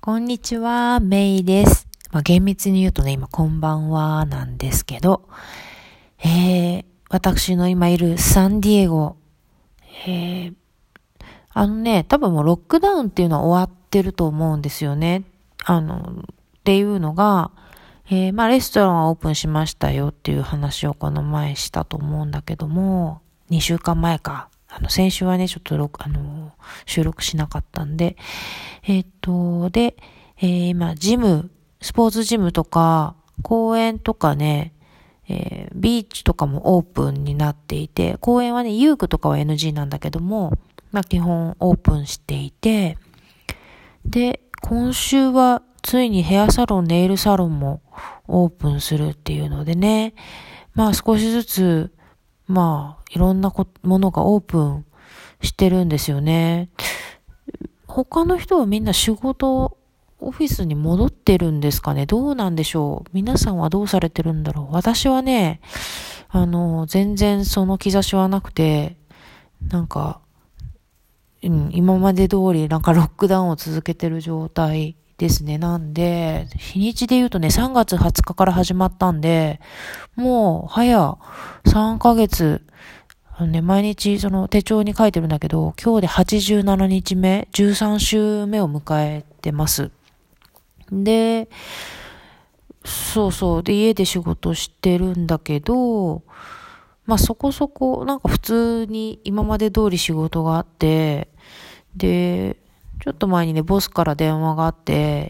こんにちは、メイです。厳密に言うとね、今こんばんはなんですけど、私の今いるサンディエゴ、多分もうロックダウンっていうのは終わってると思うんですよね。っていうのが、レストランはオープンしましたよっていう話をこの前したと思うんだけども、2週間前か。先週はね、ちょっと収録しなかったんで、今、スポーツジムとか、公園とかね、ビーチとかもオープンになっていて、公園はね、遊具とかは NG なんだけども、基本オープンしていて、で、今週はついにヘアサロン、ネイルサロンもオープンするっていうのでね、少しずつ、いろんなものがオープンしてるんですよね。他の人はみんな仕事、オフィスに戻ってるんですかね。どうなんでしょう。皆さんはどうされてるんだろう。私はね、全然その兆しはなくて、今まで通りロックダウンを続けてる状態ですね。なんで、日にちで言うとね、3月20日から始まったんで、もう早3ヶ月、毎日その手帳に書いてるんだけど、今日で87日目、13週目を迎えてます。で、で、家で仕事してるんだけど、そこそこ、普通に今まで通り仕事があって、で、ちょっと前にね、ボスから電話があって、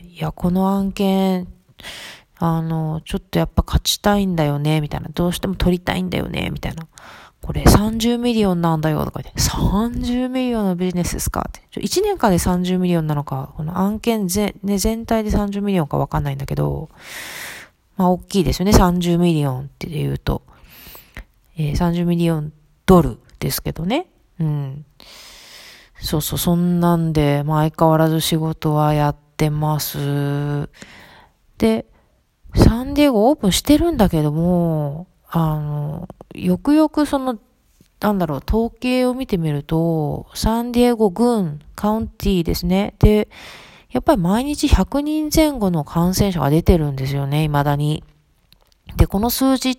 いや、この案件、ちょっとやっぱ勝ちたいんだよね、みたいな。どうしても取りたいんだよね、みたいな。これ30ミリオンなんだよ、とか言って、30ミリオンのビジネスですかって。1年間で30ミリオンなのか、この案件全体で30ミリオンかわかんないんだけど、大きいですよね、30ミリオンって言うと。30ミリオンドルですけどね。うん。そんなんで、相変わらず仕事はやってます。で、サンディエゴオープンしてるんだけども、よくよく統計を見てみると、サンディエゴ郡、カウンティですね。で、やっぱり毎日100人前後の感染者が出てるんですよね、未だに。で、この数字って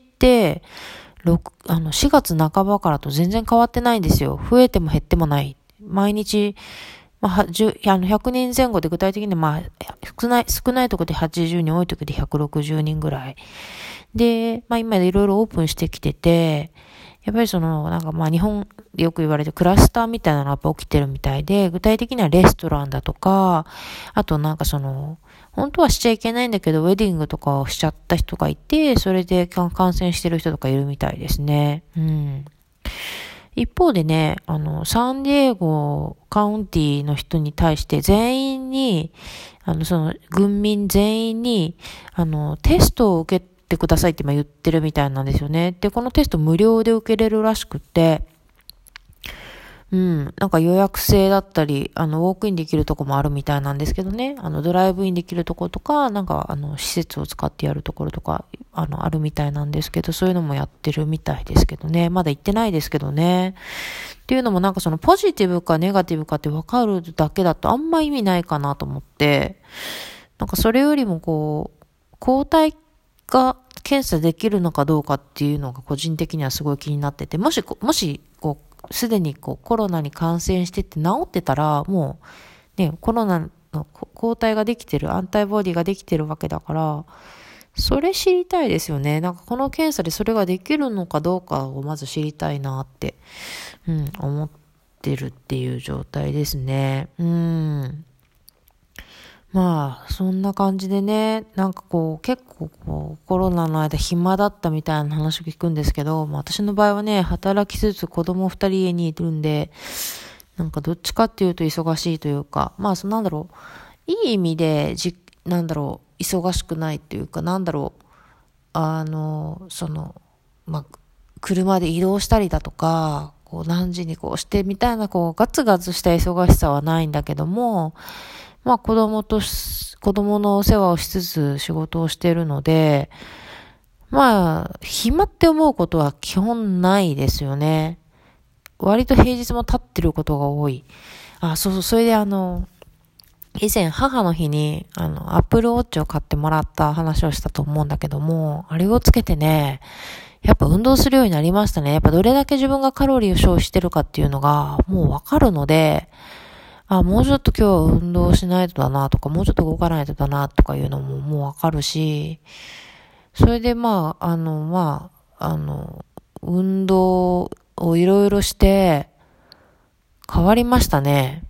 、4月半ばからと全然変わってないんですよ。増えても減ってもない。毎日、100人前後で具体的に少ないところで80人、多いところで160人ぐらい。で、今いろいろオープンしてきてて、やっぱり日本でよく言われてクラスターみたいなのがやっぱ起きてるみたいで、具体的にはレストランだとか、あと本当はしちゃいけないんだけど、ウェディングとかをしちゃった人がいて、それで感染してる人とかいるみたいですね。うん。一方でね、サンディエゴカウンティの人に対して全員に、軍民全員に、テストを受けてくださいって今言ってるみたいなんですよね。で、このテスト無料で受けれるらしくって、予約制だったり、ウォークインできるとこもあるみたいなんですけどね。ドライブインできるとことか、施設を使ってやるところとか、あるみたいなんですけど、そういうのもやってるみたいですけどね。まだ行ってないですけどね。っていうのもポジティブかネガティブかって分かるだけだとあんま意味ないかなと思って、それよりも抗体が検査できるのかどうかっていうのが個人的にはすごい気になってて、もしすでにコロナに感染してって治ってたら、もうね、コロナの抗体ができてる、アンタイボディができてるわけだから、それ知りたいですよね。この検査でそれができるのかどうかをまず知りたいなって、思ってるっていう状態ですね。そんな感じでね、結構コロナの間暇だったみたいな話を聞くんですけど、私の場合はね、働きつつ子供2人家にいるんで、どっちかっていうと忙しいというか、いい意味で忙しくないというか、車で移動したりだとか、何時にしてみたいな、ガツガツした忙しさはないんだけども、子供のお世話をしつつ仕事をしてるので、暇って思うことは基本ないですよね。割と平日も立ってることが多い。それで以前母の日に、アップルウォッチを買ってもらった話をしたと思うんだけども、あれをつけてね、やっぱ運動するようになりましたね。やっぱどれだけ自分がカロリーを消費してるかっていうのがもうわかるので、もうちょっと今日は運動しないとだなとか、もうちょっと動かないとだなとかいうのももうわかるし、それで運動をいろいろして変わりましたね。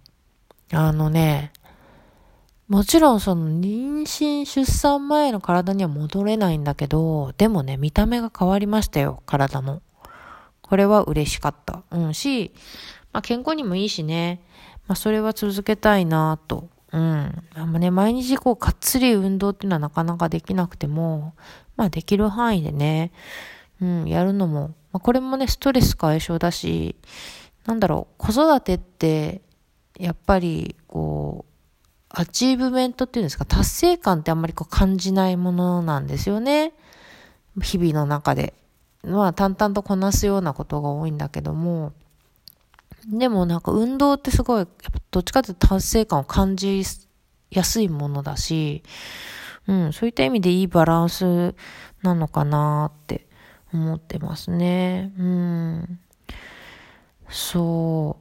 もちろんその妊娠出産前の体には戻れないんだけど、でもね、見た目が変わりましたよ、体の。これは嬉しかった。健康にもいいしね。それは続けたいなと。毎日がっつり運動っていうのはなかなかできなくても、できる範囲でね、やるのも、これもね、ストレス解消だし、子育てって、やっぱり、アチーブメントっていうんですか、達成感ってあんまり感じないものなんですよね。日々の中で。淡々とこなすようなことが多いんだけども、でも運動ってすごい、やっぱどっちかというと達成感を感じやすいものだし、そういった意味でいいバランスなのかなって思ってますね。そう。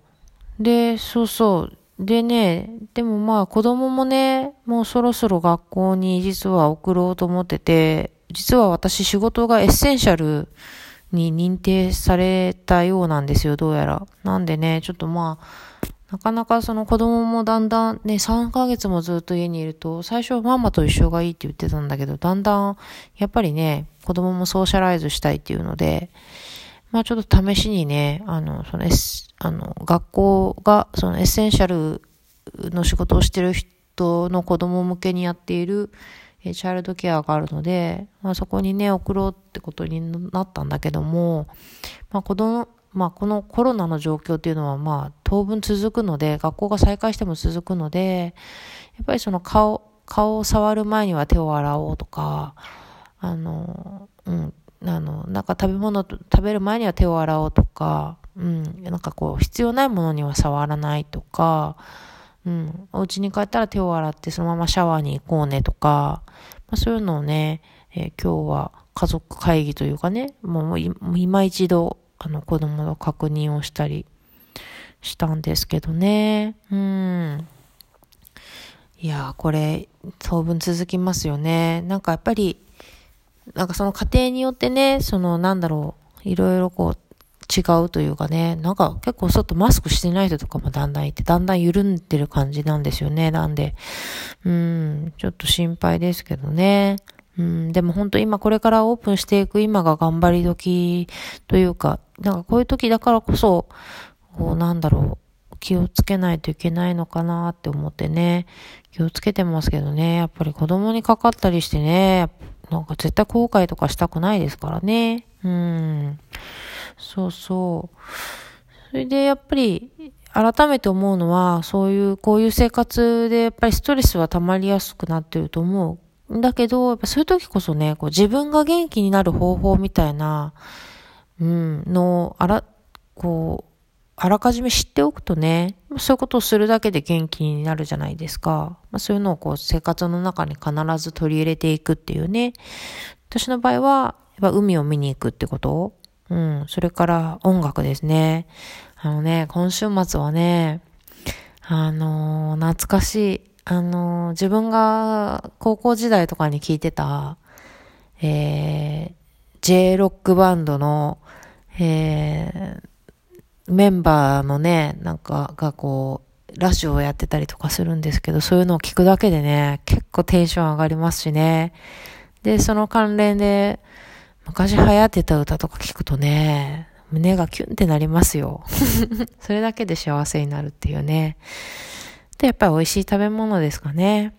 で、そうそう。でね、でも子供もね、もうそろそろ学校に実は送ろうと思ってて、実は私仕事がエッセンシャルに認定されたようなんですよ、どうやら。なんでね、ちょっとなかなかその子供もだんだんね、3ヶ月もずっと家にいると、最初はママと一緒がいいって言ってたんだけど、だんだんやっぱりね、子供もソーシャライズしたいっていうので、ちょっと試しにね、学校がそのエッセンシャルの仕事をしてる人の子供向けにやっているチャイルドケアがあるので、そこにね、送ろうってことになったんだけども、このコロナの状況っていうのは当分続くので、学校が再開しても続くので、やっぱりその顔を触る前には手を洗おうとか、食べ物食べる前には手を洗おうとか、必要ないものには触らないとか、お家に帰ったら手を洗ってそのままシャワーに行こうねとか、そういうのをね、今日は家族会議というかね、もう今一度、子供の確認をしたりしたんですけどね。いやー、これ、当分続きますよね。やっぱり、その家庭によってね、いろいろ違うというかね、結構外マスクしてない人とかもだんだんいて、だんだん緩んでる感じなんですよね。なんで、ちょっと心配ですけどね。でも本当今これからオープンしていく今が頑張り時というか、こういう時だからこそ、気をつけないといけないのかなって思ってね、気をつけてますけどね、やっぱり子供にかかったりしてね、絶対後悔とかしたくないですからね。そうそう。それでやっぱり改めて思うのは、こういう生活でやっぱりストレスは溜まりやすくなってると思うんだけど、やっぱそういう時こそね、自分が元気になる方法みたいな、あらかじめ知っておくとね、そういうことをするだけで元気になるじゃないですか。そういうのを生活の中に必ず取り入れていくっていうね。私の場合は、やっぱ海を見に行くってことそれから音楽ですね。今週末はね、懐かしい。自分が高校時代とかに聴いてた、J ロックバンドの、メンバーのね、ラジオをやってたりとかするんですけど、そういうのを聞くだけでね、結構テンション上がりますしね。で、その関連で、昔流行ってた歌とか聞くとね、胸がキュンってなりますよ。それだけで幸せになるっていうね。で、やっぱり美味しい食べ物ですかね。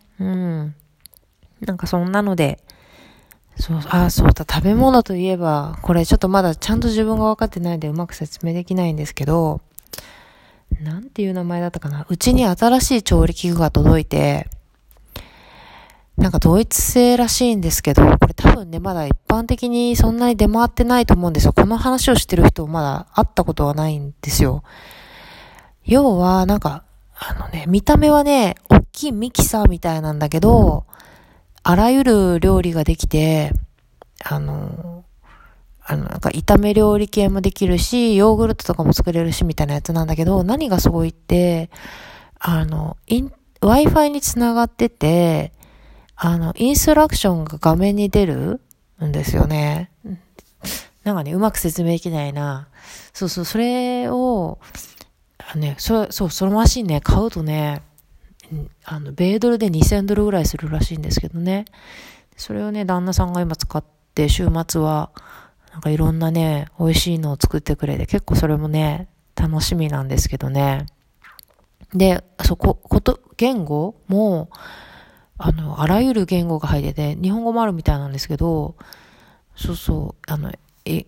そんなので、そうだ、食べ物といえば、これちょっとまだちゃんと自分が分かってないんでうまく説明できないんですけど、なんていう名前だったかな。うちに新しい調理器具が届いて、ドイツ製らしいんですけど、これ多分ね、まだ一般的にそんなに出回ってないと思うんですよ。この話をしてる人まだ会ったことはないんですよ。要は、 見た目はね、大きいミキサーみたいなんだけど、あらゆる料理ができて、なんか炒め料理系もできるし、ヨーグルトとかも作れるしみたいなやつなんだけど、何がすごいって、Wi-Fi につながってて、インストラクションが画面に出るんですよね。なんかね、うまく説明できないな。そうそう、それを、そのマシンね、買うとね、米ドルで2000ドルぐらいするらしいんですけどね。それをね、旦那さんが今使って、週末は、なんかいろんなね、美味しいのを作ってくれて、結構それもね、楽しみなんですけどね。で、言語も、あらゆる言語が入ってて、日本語もあるみたいなんですけど、そうそう、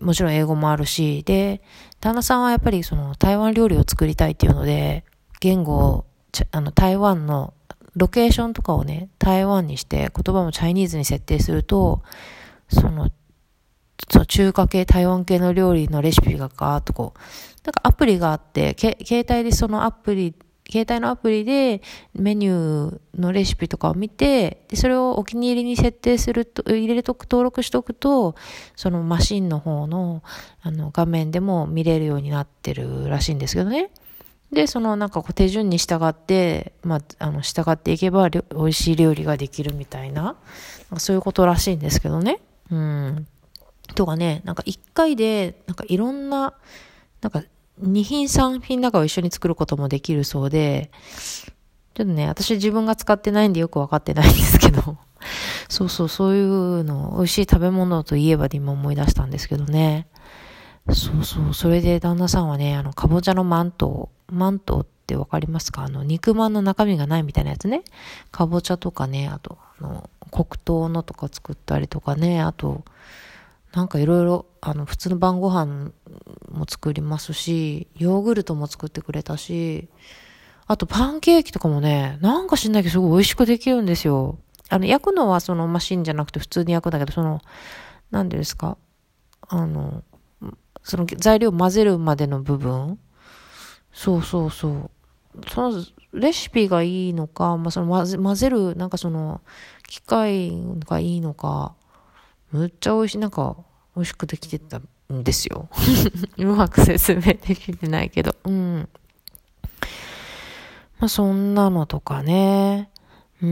もちろん英語もあるし、で、旦那さんはやっぱりその台湾料理を作りたいっていうので、言語を、台湾のロケーションとかをね、台湾にして、言葉もチャイニーズに設定すると、その中華系、台湾系の料理のレシピがガーッとこう、なんかアプリがあって、携帯で携帯のアプリでメニューのレシピとかを見て、で、それをお気に入りに設定すると、登録しておくと、そのマシンの方の、画面でも見れるようになってるらしいんですけどね。で、なんかこう手順に従って、従っていけば、美味しい料理ができるみたいな、そういうことらしいんですけどね。うん。とかね、なんか一回で、なんかいろんな、なんか二品三品なんかを一緒に作ることもできるそうで、ちょっとね、私自分が使ってないんでよくわかってないんですけど、そういうの、美味しい食べ物といえばで今思い出したんですけどね。それで旦那さんはね、かぼちゃのマントってわかりますか？肉まんの中身がないみたいなやつね。かぼちゃとかね、あと、黒糖のとか作ったりとかね、あと、なんかいろいろ、普通の晩ご飯も作りますし、ヨーグルトも作ってくれたし、あとパンケーキとかもね、なんか知んないけどすごい美味しくできるんですよ。焼くのはそのマシンじゃなくて普通に焼くんだけど、なんでですか？その材料混ぜるまでの部分、そう。そのレシピがいいのか、その混ぜる、なんか機械がいいのか、むっちゃ美味しい、なんか、美味しくできてたんですよ。うまく説明できてないけど。うん。そんなのとかね。うん。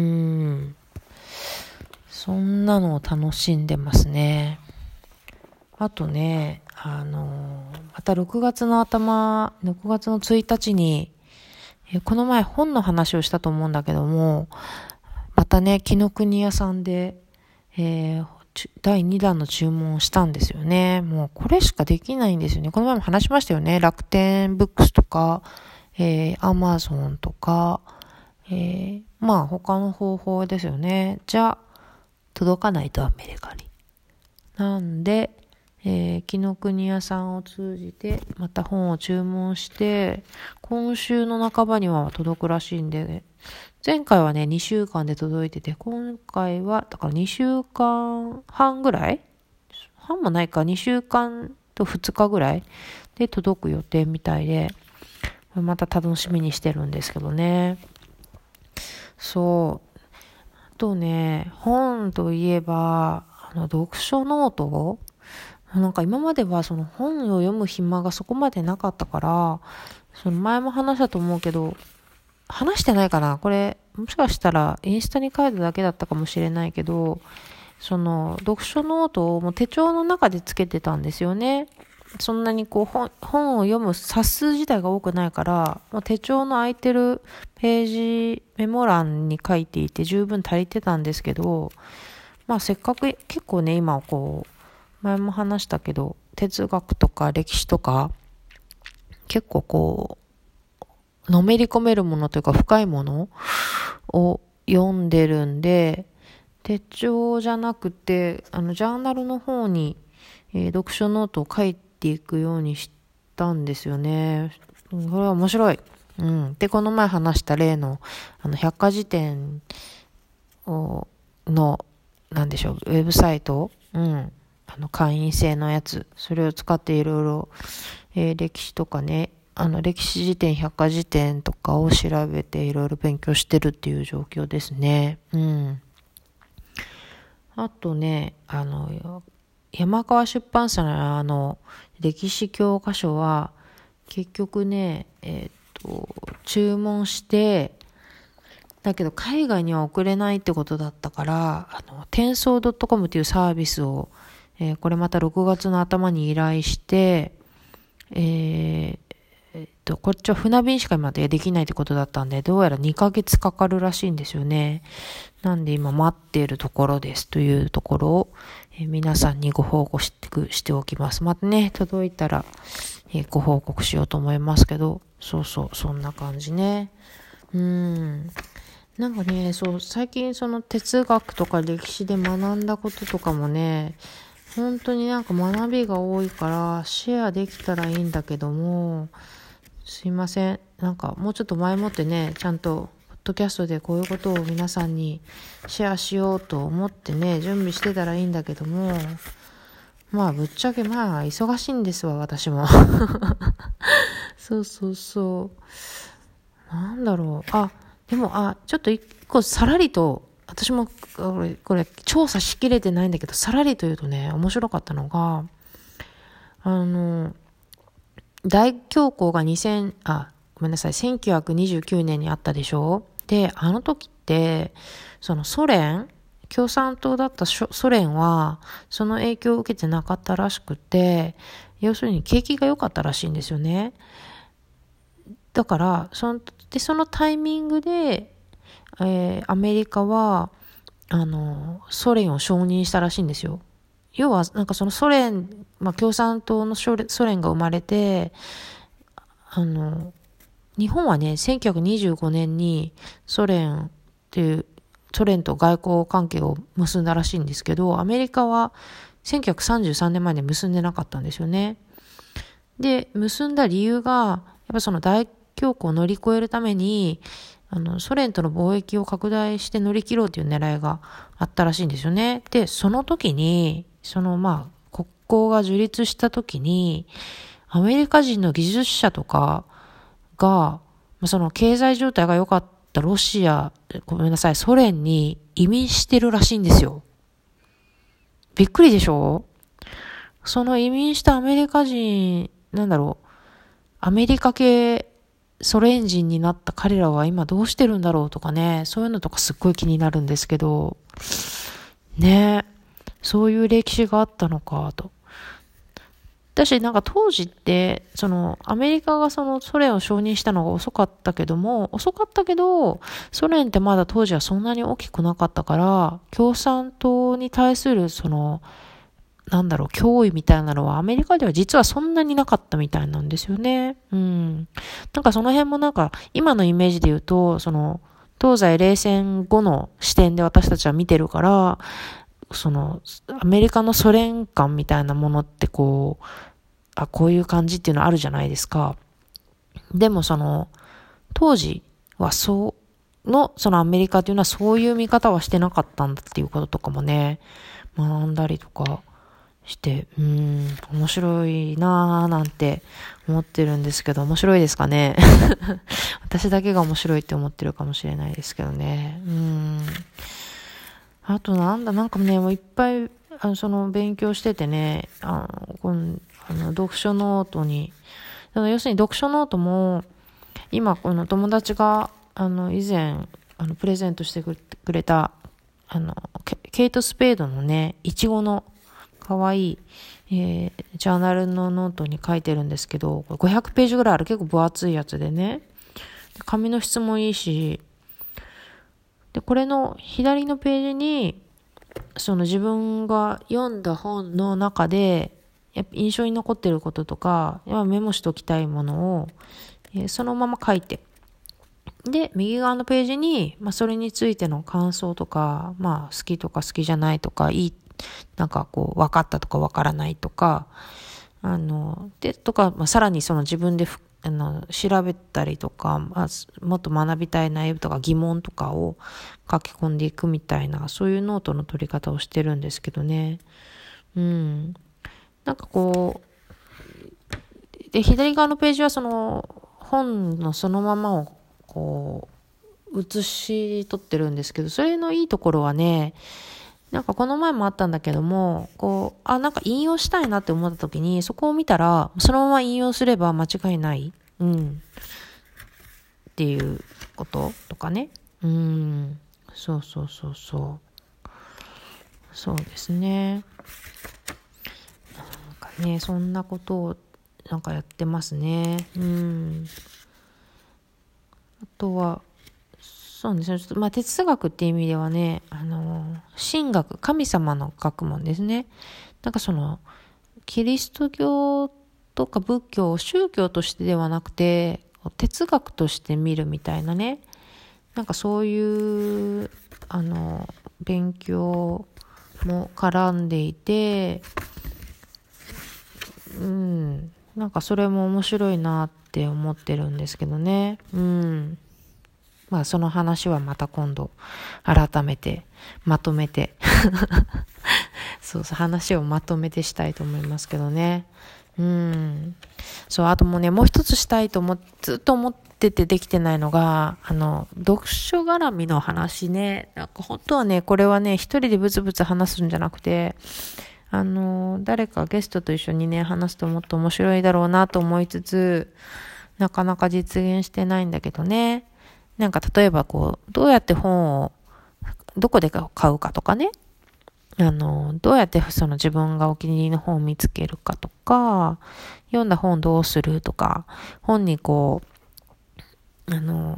そんなのを楽しんでますね。あとね、また6月の1日に、この前本の話をしたと思うんだけども、またね、紀ノ国屋さんで、第2弾の注文をしたんですよね。もうこれしかできないんですよね。この前も話しましたよね。楽天ブックスとか、アマゾンとか、他の方法ですよね。じゃ届かないとアメリカに。なんで、紀ノ国屋さんを通じてまた本を注文して、今週の半ばには届くらしいんで、ね、前回はね、2週間で届いてて、今回は、だから2週間半ぐらい半もないか、2週間と2日ぐらいで届く予定みたいで、また楽しみにしてるんですけどね。そう。あとね、本といえば、読書ノートなんか今まではその本を読む暇がそこまでなかったから、その前も話したと思うけど、話してないかなこれ、もしかしたらインスタに書いただけだったかもしれないけど、読書ノートをもう手帳の中でつけてたんですよね。そんなにこう本を読む冊数自体が多くないから、もう手帳の空いてるページ、メモ欄に書いていて十分足りてたんですけど、せっかく結構ね、今こう、前も話したけど、哲学とか歴史とか、結構こう、のめり込めるものというか深いものを読んでるんで、手帳じゃなくて、ジャーナルの方に、読書ノートを書いていくようにしたんですよね。これは面白い。うん。で、この前話した例の、百科事典なんでしょう、ウェブサイト、会員制のやつ、それを使っていろいろ、歴史とかね、 歴史辞典、百科事典とかを調べていろいろ勉強してるっていう状況ですね。うん。あとね、山川出版社の歴史教科書は、結局ね、注文して、だけど海外には送れないってことだったから、転送 .com っていうサービスを、これまた6月の頭に依頼して、こっちは船便しか今でできないってことだったんで、どうやら2ヶ月かかるらしいんですよね。なんで今待っているところですというところを、皆さんにご報告しておきます。またね、届いたら、ご報告しようと思いますけど、そうそう、そんな感じね。なんかね、そう、最近その哲学とか歴史で学んだこととかもね、本当になんか学びが多いからシェアできたらいいんだけども、すいません。なんかもうちょっと前もってね、ちゃんとポッドキャストでこういうことを皆さんにシェアしようと思ってね、準備してたらいいんだけども、まあぶっちゃけまあ忙しいんですわ、私も。そうそうそう。なんだろう。でもちょっと一個さらりと、私もこれ調査しきれてないんだけど、さらりと言うとね、面白かったのが、大恐慌がごめんなさい、1929年にあったでしょ。で、あの時って、その共産党だったソ連は、その影響を受けてなかったらしくて、要するに景気が良かったらしいんですよね。だから、そのタイミングで、アメリカは、ソ連を承認したらしいんですよ。要は、なんかそのソ連、共産党のソ連が生まれて、日本はね、1925年にソ連と外交関係を結んだらしいんですけど、アメリカは1933年まで結んでなかったんですよね。で、結んだ理由が、やっぱその大恐慌を乗り越えるために、ソ連との貿易を拡大して乗り切ろうという狙いがあったらしいんですよね。で、その時に、国交が樹立した時に、アメリカ人の技術者とかが、その経済状態が良かったソ連に移民してるらしいんですよ。びっくりでしょ？その移民したアメリカ人、アメリカ系ソ連人になった彼らは今どうしてるんだろうとかね、そういうのとかすっごい気になるんですけど、ね、そういう歴史があったのかと。私なんか当時って、アメリカがそのソ連を承認したのが遅かったけど、ソ連ってまだ当時はそんなに大きくなかったから、共産党に対する脅威みたいなのはアメリカでは実はそんなになかったみたいなんですよね。なんかその辺も今のイメージで言うと、東西冷戦後の視点で私たちは見てるから、アメリカのソ連感みたいなものってこういう感じっていうのあるじゃないですか。でも当時はそのアメリカっていうのはそういう見方はしてなかったんだっていうこととかもね、学んだりとかして、面白いなぁなんて思ってるんですけど、面白いですかね。私だけが面白いって思ってるかもしれないですけどね。あとなんかね、もういっぱい、勉強しててね、読書ノートに、要するに読書ノートも、今この友達が、以前、プレゼントしてくれた、ケイト・スペードのね、いちごのかわいい、ジャーナルのノートに書いてるんですけど、500ページぐらいある結構分厚いやつでね、紙の質もいいし、で、これの左のページに、自分が読んだ本の中で、やっぱ印象に残ってることとか、メモしておきたいものを、そのまま書いて。で、右側のページに、それについての感想とか、好きとか好きじゃないとか、分かったとか分からないとか、さらに自分で調べたりとか、もっと学びたい内容とか疑問とかを書き込んでいくみたいな、そういうノートの取り方をしてるんですけどね。 で、左側のページはその本のそのままをこう写し取ってるんですけど、それのいいところはね、なんかこの前もあったんだけども、こう、なんか引用したいなって思った時に、そこを見たら、そのまま引用すれば間違いない。っていうこととかね。そうそうそうそう。そうですね。なんかね、そんなことをなんかやってますね。あとは、そうですね。ちょっと哲学っていう意味ではね、神学、神様の学問ですね。なんかその、キリスト教とか仏教を宗教としてではなくて、哲学として見るみたいなね。なんかそういう、勉強も絡んでいて、なんかそれも面白いなって思ってるんですけどね。その話はまた今度改めてまとめてそう話をまとめてしたいと思いますけどね。そう、あともうね、もう一つしたいとずっと思っててできてないのが、読書絡みの話ね。なんか本当はね、これはね、一人でブツブツ話すんじゃなくて、誰かゲストと一緒にね、話すともっと面白いだろうなと思いつつ、なかなか実現してないんだけどね。なんか例えばこう、どうやって本を、どこで買うかとかね。どうやってその自分がお気に入りの本を見つけるかとか、読んだ本どうするとか、本にこう、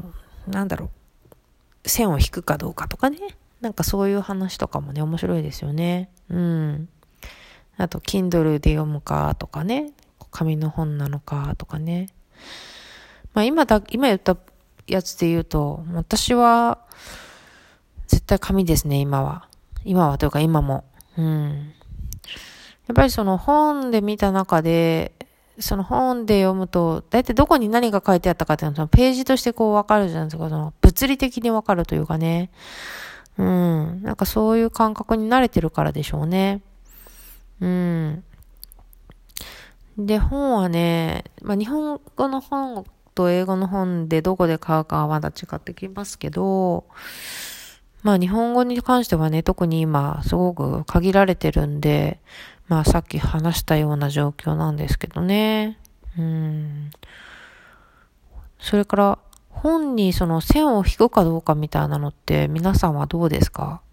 線を引くかどうかとかね。なんかそういう話とかもね、面白いですよね。あと、Kindle で読むかとかね。紙の本なのかとかね。今言ったやつで言うと、私は、絶対紙ですね、今は。今はというか今も。やっぱりその本で見た中で、その本で読むと、だいたいどこに何が書いてあったかっていうのは、ページとしてこうわかるじゃないですか。物理的にわかるというかね。なんかそういう感覚に慣れてるからでしょうね。で、本はね、日本語の本と英語の本でどこで買うかはまだ違ってきますけど、日本語に関してはね、特に今すごく限られてるんで、さっき話したような状況なんですけどね。それから本にその線を引くかどうかみたいなのって皆さんはどうですか？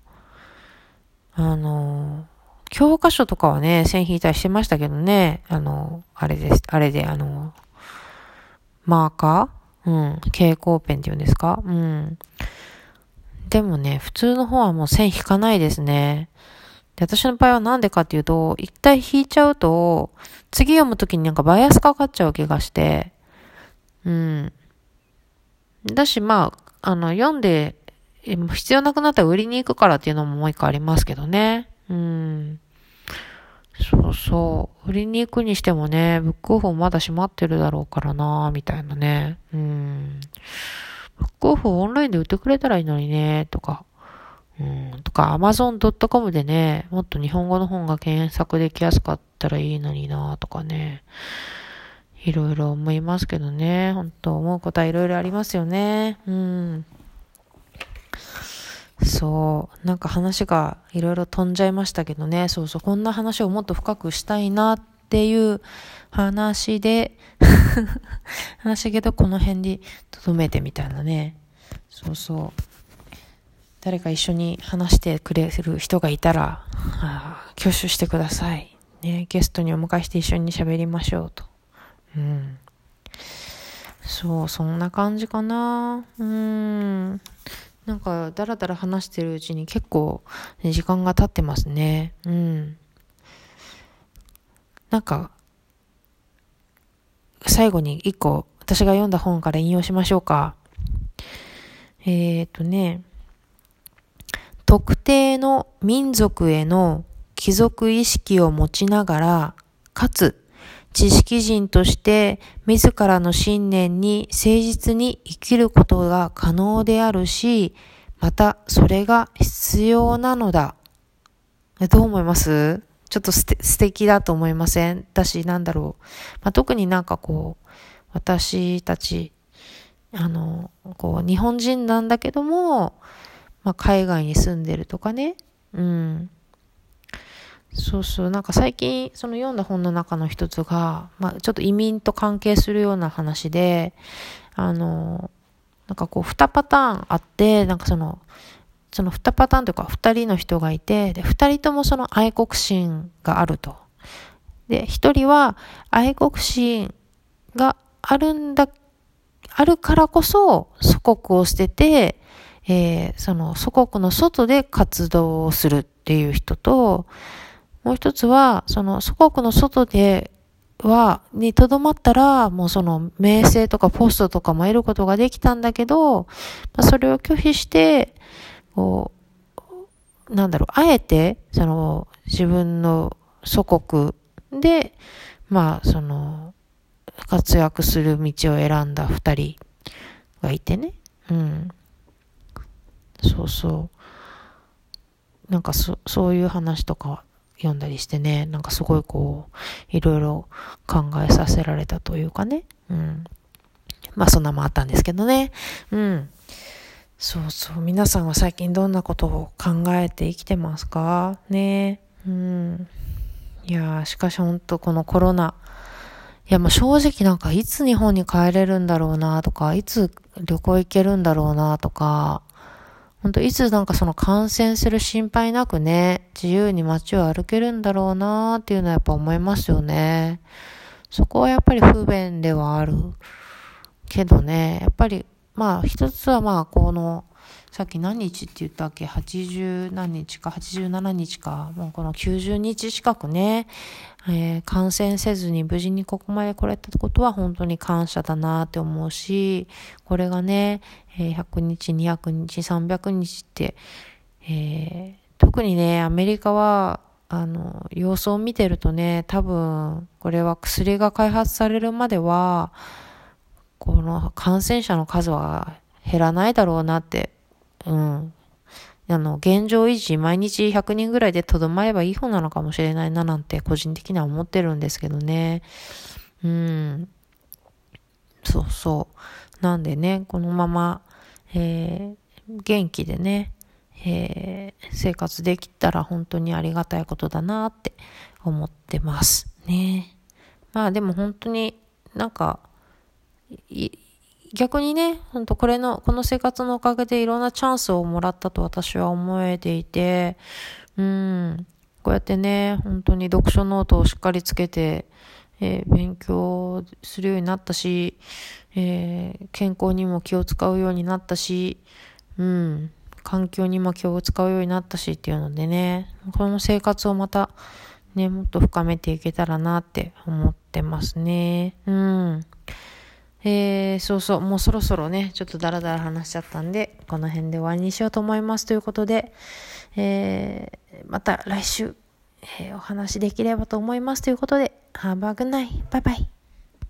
教科書とかはね、線引いたりしてましたけどね。あれで、マーカー蛍光ペンっていうんですか？でもね、普通の方はもう線引かないですね。で、私の場合はなんでかっていうと、一回引いちゃうと、次読むときになんかバイアスかかっちゃう気がして、だし、読んで、必要なくなったら売りに行くからっていうのももう一個ありますけどね。そうそう。売りに行くにしてもね、ブックオフもまだ閉まってるだろうからなみたいなね。ブックオフオンラインで売ってくれたらいいのにね、とか。とか、Amazon.com でね、もっと日本語の本が検索できやすかったらいいのになとかね。いろいろ思いますけどね。本当思うことはいろいろありますよね。そう。なんか話がいろいろ飛んじゃいましたけどね。そうそう。こんな話をもっと深くしたいなっていう話で話けどこの辺に留めてみたいなね。そうそう。誰か一緒に話してくれる人がいたら、挙手してください。ね、ゲストにお迎えして一緒に喋りましょうと。そう、そんな感じかな。なんか、だらだら話してるうちに結構、時間が経ってますね。なんか、最後に一個、私が読んだ本から引用しましょうか。特定の民族への帰属意識を持ちながら、かつ、知識人として自らの信念に誠実に生きることが可能であるし、またそれが必要なのだ。どう思います？ ちょっと素敵だと思いません？私、特に私たち、日本人なんだけども、海外に住んでるとかね。うん。そうそう、最近、その読んだ本の中の一つが、ちょっと移民と関係するような話で、二パターンあって、その二パターンというか、二人の人がいて、で、二人ともその愛国心があると。で、一人は愛国心があるからこそ祖国を捨てて、その祖国の外で活動をするっていう人と、もう一つは、その祖国の外にとどまったら、もうその名声とかポストとかも得ることができたんだけど、それを拒否して、あえて、その自分の祖国で、活躍する道を選んだ二人がいてね。うん。そうそう。そういう話とか読んだりしてね、すごいいろいろ考えさせられたというかね。うん。そんなもあったんですけどね。うん。そうそう。皆さんは最近どんなことを考えて生きてますかね。うん。いやー、しかし本当このコロナ。いや、正直いつ日本に帰れるんだろうなとか、いつ旅行行けるんだろうなとか、本当いつその感染する心配なくね、自由に街を歩けるんだろうなっていうのはやっぱ思いますよね。そこはやっぱり不便ではあるけどね、やっぱり一つはさっき何日って言ったっけ ?80 何日か87日か、もうこの90日近くね、感染せずに無事にここまで来れたことは本当に感謝だなって思うし、これがね、100日、200日、300日って、特にね、アメリカは、様子を見てるとね、多分、これは薬が開発されるまでは、この感染者の数は減らないだろうなって、うん。現状維持、毎日100人ぐらいでとどまればいい方なのかもしれないななんて個人的には思ってるんですけどね。うん。そうそう。なんでね、このまま、元気でね、生活できたら本当にありがたいことだなって思ってますね。でも本当に逆にね、この生活のおかげでいろんなチャンスをもらったと私は思えていて、こうやってね、本当に読書ノートをしっかりつけて、勉強するようになったし、健康にも気を使うようになったし、環境にも気を使うようになったしっていうのでね、この生活をまたね、もっと深めていけたらなって思ってますね。そうそう、もうそろそろね、ちょっとダラダラ話しちゃったんで、この辺で終わりにしようと思いますということで、また来週、お話できればと思いますということで、Have a good night. バイバイ。